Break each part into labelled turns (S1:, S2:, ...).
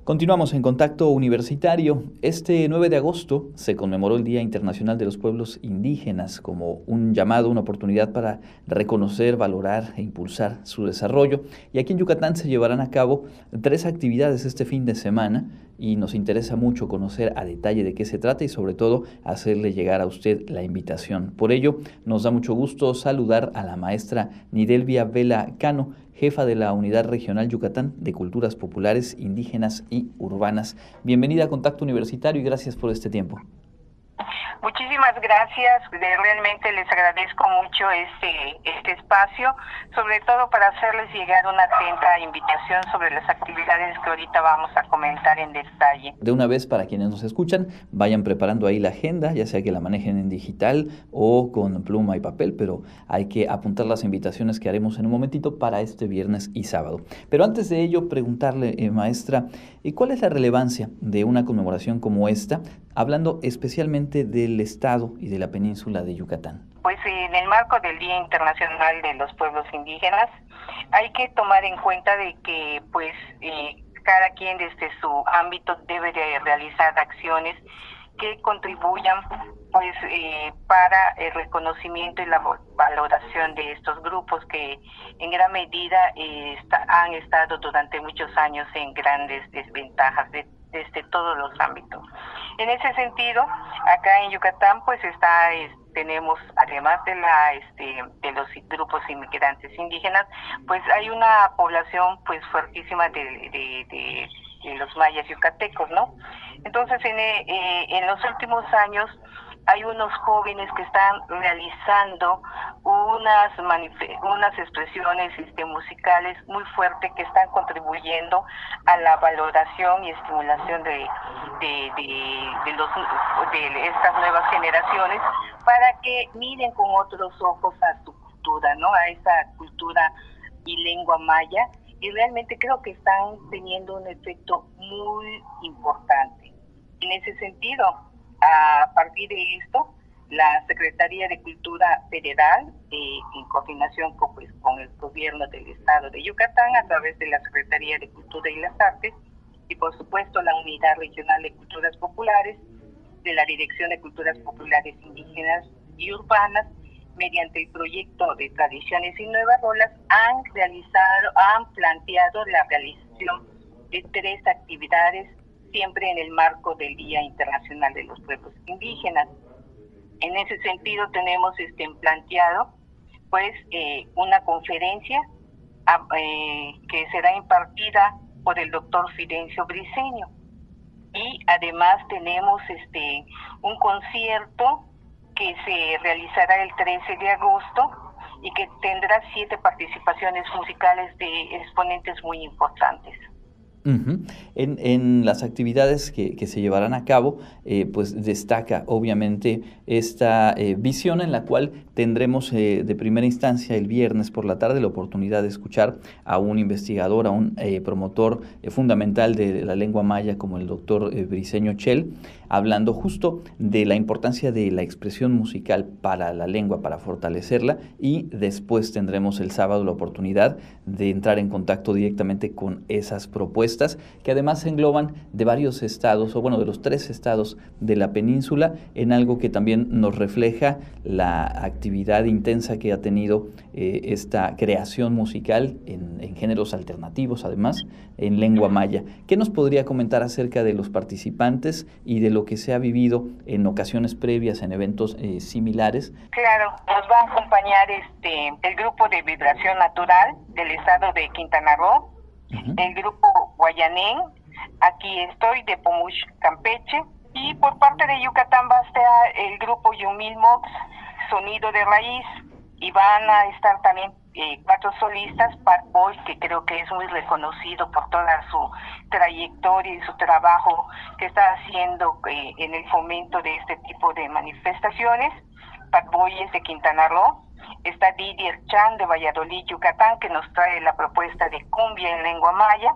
S1: Continuamos en Contacto Universitario. Este 9 de agosto se conmemoró el Día Internacional de los Pueblos Indígenas como un llamado, una oportunidad para reconocer, valorar e impulsar su desarrollo. Y aquí en Yucatán se llevarán a cabo 3 actividades este fin de semana y nos interesa mucho conocer a detalle de qué se trata y sobre todo hacerle llegar a usted la invitación. Por ello, nos da mucho gusto saludar a la maestra Nidelvia Vela Cano, jefa de la Unidad Regional Yucatán de Culturas Populares, Indígenas y Urbanas. Bienvenida a Contacto Universitario y gracias por este tiempo.
S2: Muchísimas gracias, realmente les agradezco mucho este espacio, sobre todo para hacerles llegar una atenta invitación sobre las actividades que ahorita vamos a comentar en detalle.
S1: De una vez, para quienes nos escuchan, vayan preparando ahí la agenda, ya sea que la manejen en digital o con pluma y papel, pero hay que apuntar las invitaciones que haremos en un momentito para este viernes y sábado. Pero antes de ello, preguntarle, maestra, ¿cuál es la relevancia de una conmemoración como esta, hablando especialmente del Estado y de la península de Yucatán?
S2: Pues en el marco del Día Internacional de los Pueblos Indígenas hay que tomar en cuenta de que cada quien desde su ámbito debe de realizar acciones que contribuyan para el reconocimiento y la valoración de estos grupos que en gran medida han estado durante muchos años en grandes desventajas desde todos los ámbitos. En ese sentido, acá en Yucatán tenemos, además de los grupos inmigrantes indígenas, pues hay una población fuertísima de los mayas yucatecos, ¿no? Entonces en los últimos años hay unos jóvenes que están realizando unas expresiones musicales muy fuertes que están contribuyendo a la valoración y estimulación de estas nuevas generaciones para que miren con otros ojos a su cultura, ¿no? A esa cultura y lengua maya, y realmente creo que están teniendo un efecto muy importante. En ese sentido, a partir de esto, la Secretaría de Cultura Federal, en coordinación con el gobierno del estado de Yucatán, a través de la Secretaría de Cultura y las Artes, y por supuesto la Unidad Regional de Culturas Populares, de la Dirección de Culturas Populares Indígenas y Urbanas, mediante el proyecto de Tradiciones y Nuevas Rolas, han planteado la realización de 3 actividades, siempre en el marco del Día Internacional de los Pueblos Indígenas. En ese sentido tenemos planteado una conferencia que será impartida por el doctor Fidencio Briceño, y además tenemos un concierto que se realizará el 13 de agosto y que tendrá 7 participaciones musicales de exponentes muy importantes.
S1: Uh-huh. En las actividades que se llevarán a cabo, pues destaca obviamente esta visión en la cual tendremos de primera instancia el viernes por la tarde la oportunidad de escuchar a un investigador, a un promotor fundamental de la lengua maya como el doctor Briceño Chel, hablando justo de la importancia de la expresión musical para la lengua, para fortalecerla, y después tendremos el sábado la oportunidad de entrar en contacto directamente con esas propuestas que además se engloban de varios estados, o bueno, de los 3 estados de la península, en algo que también nos refleja la actividad intensa que ha tenido esta creación musical en géneros alternativos, además, en lengua maya. ¿Qué nos podría comentar acerca de los participantes y de lo que se ha vivido en ocasiones previas en eventos similares?
S2: Claro, nos va a acompañar el grupo de Vibración Natural del estado de Quintana Roo, uh-huh, el grupo Guayanén, aquí estoy, de Pomuch, Campeche, y por parte de Yucatán va a estar el grupo Yumil Mox, Sonido de Raíz, y van a estar también 4 solistas, Pat Boy, que creo que es muy reconocido por toda su trayectoria y su trabajo que está haciendo en el fomento de este tipo de manifestaciones. Pat Boy es de Quintana Roo. Está Didier Chan de Valladolid, Yucatán, que nos trae la propuesta de cumbia en lengua maya.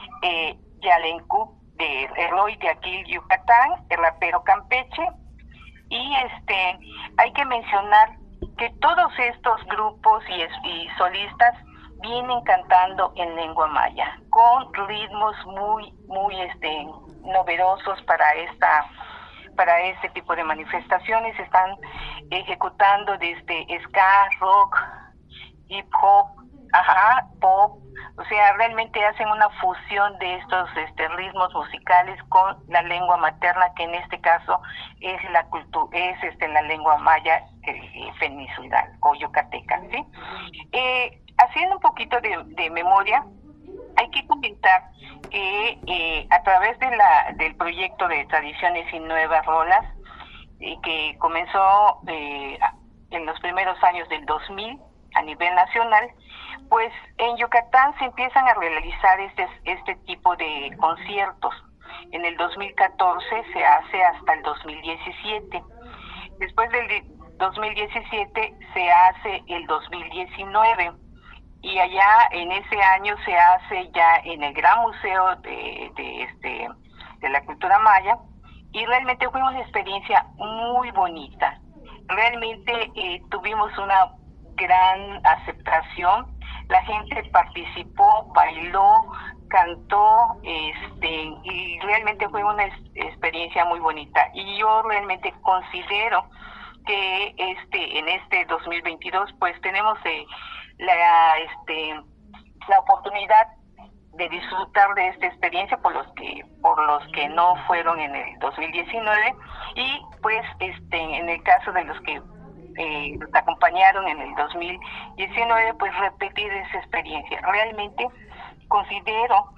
S2: Yalencup de Eloy de Aquil, Yucatán, el rapero Campeche. Y hay que mencionar que todos estos grupos y solistas vienen cantando en lengua maya, con ritmos muy novedosos para este tipo de manifestaciones. Están ejecutando desde ska, rock, hip hop, pop, o sea, realmente hacen una fusión de estos ritmos musicales con la lengua materna, que en este caso es la lengua maya peninsular o yucateca, ¿sí? Haciendo un poquito de memoria, hay que comentar que a través del proyecto de Tradiciones y Nuevas Rolas, que comenzó en los primeros años del 2000 a nivel nacional, pues en Yucatán se empiezan a realizar este tipo de conciertos. En el 2014 se hace hasta el 2017. Después del 2017 se hace el 2019. Y allá en ese año se hace ya en el Gran Museo de la Cultura Maya, y realmente fue una experiencia muy bonita. Realmente tuvimos una gran aceptación, la gente participó, bailó, cantó, y realmente fue una experiencia muy bonita. Y yo realmente considero que en este 2022 pues tenemos la oportunidad de disfrutar de esta experiencia por los que no fueron en el 2019, y pues en el caso de los que nos acompañaron en el 2019, pues repetir esa experiencia. Realmente considero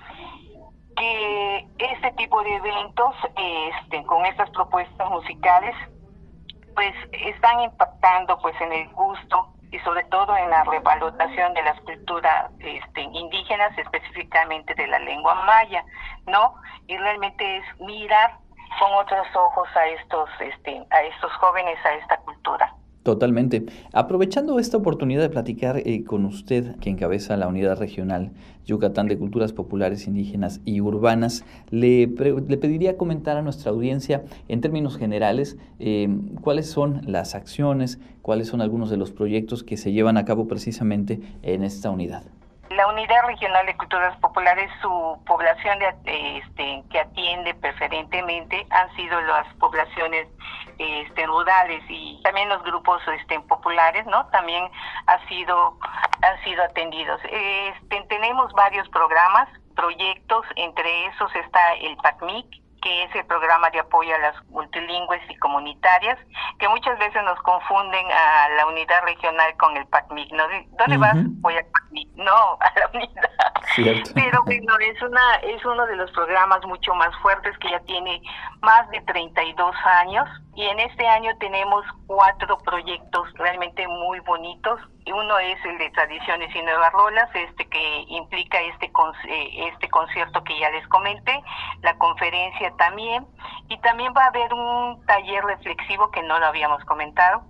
S2: que este tipo de eventos con estas propuestas musicales pues están impactando pues en el gusto y sobre todo en la revaloración de las culturas indígenas, específicamente de la lengua maya, ¿no? Y realmente es mirar con otros ojos a estos jóvenes, a esta cultura.
S1: Totalmente. Aprovechando esta oportunidad de platicar con usted, que encabeza la Unidad Regional Yucatán de Culturas Populares, Indígenas y Urbanas, le pediría comentar a nuestra audiencia, en términos generales, cuáles son las acciones, cuáles son algunos de los proyectos que se llevan a cabo precisamente en esta unidad.
S2: La Unidad Regional de Culturas Populares, su población que atiende preferentemente han sido las poblaciones rurales, y también los grupos populares, ¿no? También han sido atendidos. Tenemos varios proyectos, entre esos está el PACMIC, que es el programa de apoyo a las multilingües y comunitarias, que muchas veces nos confunden a la unidad regional con el PACMIC, ¿no? ¿Dónde vas? Voy al PACMIC. No, a la unidad.
S1: Cierto.
S2: Pero bueno, es uno de los programas mucho más fuertes, que ya tiene más de 32 años, y en este año tenemos 4 proyectos realmente muy bonitos. Uno es el de Tradiciones y Nuevas Rolas, que implica este concierto que ya les comenté, la conferencia también, y también va a haber un taller reflexivo que no lo habíamos comentado.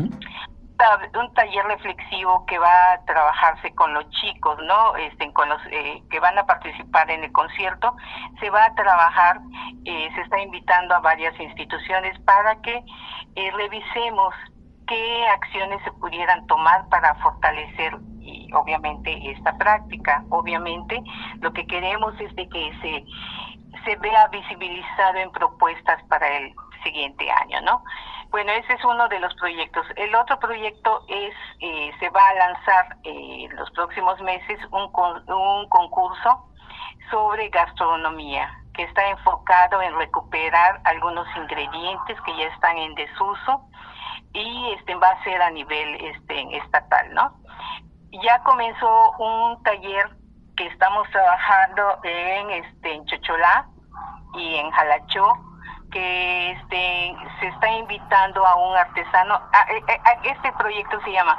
S2: Un taller reflexivo que va a trabajarse con los chicos, ¿no? Con los que van a participar en el concierto. Se va a trabajar, se está invitando a varias instituciones para que revisemos qué acciones se pudieran tomar para fortalecer y obviamente esta práctica. Obviamente lo que queremos es de que se vea visibilizado en propuestas para el siguiente año, ¿no? Bueno, ese es uno de los proyectos. El otro proyecto es, se va a lanzar en los próximos meses un concurso sobre gastronomía, que está enfocado en recuperar algunos ingredientes que ya están en desuso, y va a ser a nivel estatal, ¿no? Ya comenzó un taller que estamos trabajando en Chocholá y en Jalachó, que se está invitando a un artesano. Este proyecto se llama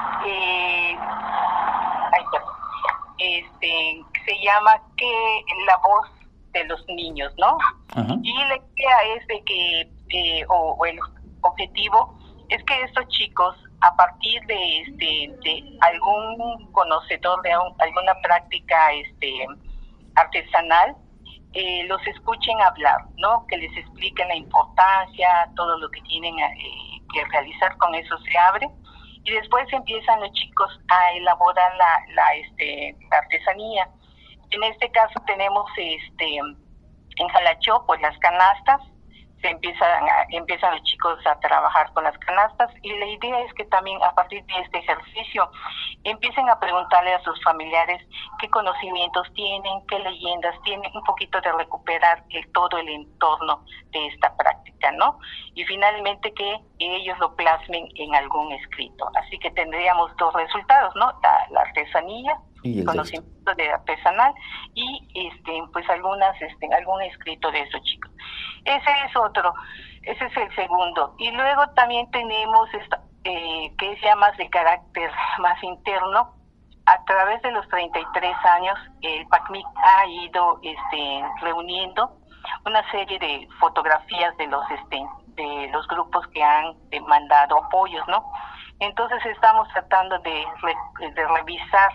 S2: se llama que la voz de los niños, ¿no? Uh-huh. Y la idea es de que el objetivo es que estos chicos, a partir de algún conocedor de alguna práctica artesanal, los escuchen hablar, ¿no? Que les expliquen la importancia, todo lo que tienen que realizar. Con eso se abre, y después empiezan los chicos a elaborar la artesanía. En este caso tenemos en Jalachó, pues las canastas, empiezan los chicos a trabajar con las canastas, y la idea es que también a partir de este ejercicio empiecen a preguntarle a sus familiares qué conocimientos tienen, qué leyendas tienen, un poquito de recuperar todo el entorno de esta práctica, ¿no? Y finalmente que ellos lo plasmen en algún escrito. Así que tendríamos dos resultados, ¿no? La artesanía,
S1: y el
S2: conocimiento de artesanal, y pues algún escrito de esos chicos. Ese es el segundo. Y luego también tenemos que es ya más de carácter más interno. A través de los 33 años, el PACMIC ha ido reuniendo una serie de fotografías de los grupos que han demandado apoyos, ¿no? Entonces estamos tratando de revisar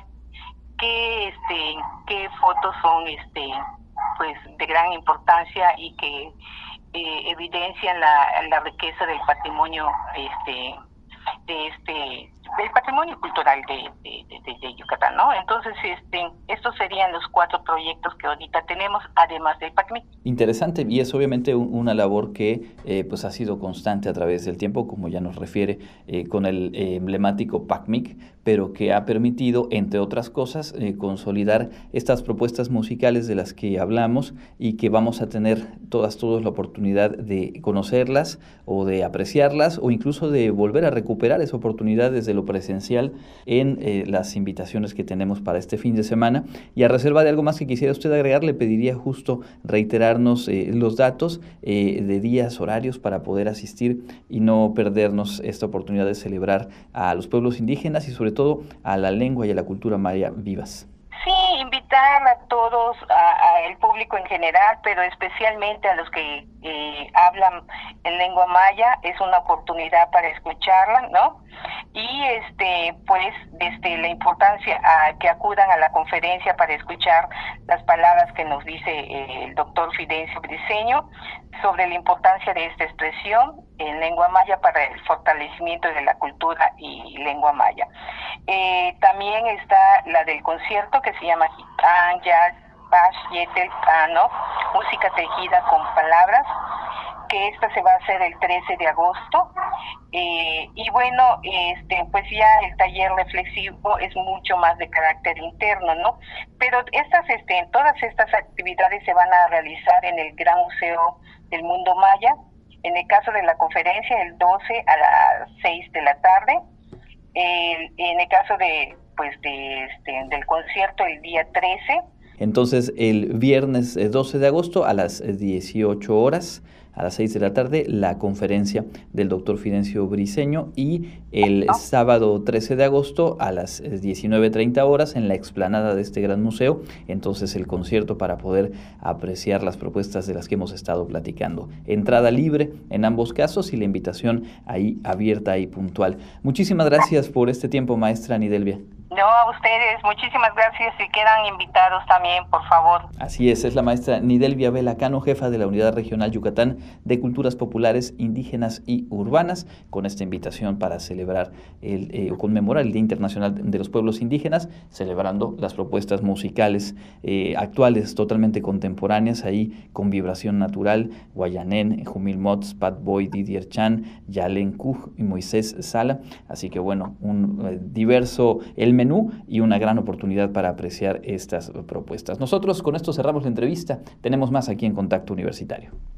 S2: qué fotos son pues de gran importancia y que evidencian la riqueza del patrimonio del patrimonio cultural de Yucatán, ¿no? Entonces estos serían los 4 proyectos que ahorita tenemos, además del PACMIC.
S1: Interesante, y es obviamente una labor que pues ha sido constante a través del tiempo, como ya nos refiere con el emblemático PACMIC, pero que ha permitido, entre otras cosas, consolidar estas propuestas musicales de las que hablamos y que vamos a tener todos la oportunidad de conocerlas o de apreciarlas o incluso de volver a recuperar esa oportunidad desde lo presencial en las invitaciones que tenemos para este fin de semana. Y a reserva de algo más que quisiera usted agregar, le pediría justo reiterarnos los datos de días, horarios para poder asistir y no perdernos esta oportunidad de celebrar a los pueblos indígenas y sobre todo a la lengua y a la cultura maya vivas.
S2: Sí, invitar a todos, al público en general, pero especialmente a los que hablan en lengua maya, es una oportunidad para escucharla, ¿no? Y pues la importancia que acudan a la conferencia para escuchar las palabras que nos dice el doctor Fidencio Briceño sobre la importancia de esta expresión en lengua maya para el fortalecimiento de la cultura y lengua maya. También está la del concierto que se llama Hitán, Jazz, Pash, Yetel, Kano, música tejida con palabras, que esta se va a hacer el 13 de agosto. Y bueno, pues ya el taller reflexivo es mucho más de carácter interno, ¿no? Pero todas estas actividades se van a realizar en el Gran Museo del Mundo Maya. En el caso de la conferencia, el 12 a las 6 de la tarde. En el caso del concierto, el día 13.
S1: Entonces, el viernes 12 de agosto a las 18 horas, a las 6 de la tarde, la conferencia del doctor Fidencio Briceño, y el sábado 13 de agosto a las 19:30 horas en la explanada de este gran museo, entonces el concierto para poder apreciar las propuestas de las que hemos estado platicando. Entrada libre en ambos casos y la invitación ahí abierta y puntual. Muchísimas gracias por este tiempo, maestra Nidelvia.
S2: No, a ustedes, muchísimas gracias, si quedan invitados también, por favor.
S1: Así es la maestra Nidelvia Vela Cano, jefa de la Unidad Regional Yucatán de Culturas Populares, Indígenas y Urbanas, con esta invitación para celebrar o conmemorar el Día Internacional de los Pueblos Indígenas, celebrando las propuestas musicales actuales, totalmente contemporáneas, ahí con vibración natural, Guayanén, Jumil Mots, Pat Boy, Didier Chan, Yalen Kuj y Moisés Sala. Así que bueno, un diverso menú y una gran oportunidad para apreciar estas propuestas. Nosotros con esto cerramos la entrevista. Tenemos más aquí en Contacto Universitario.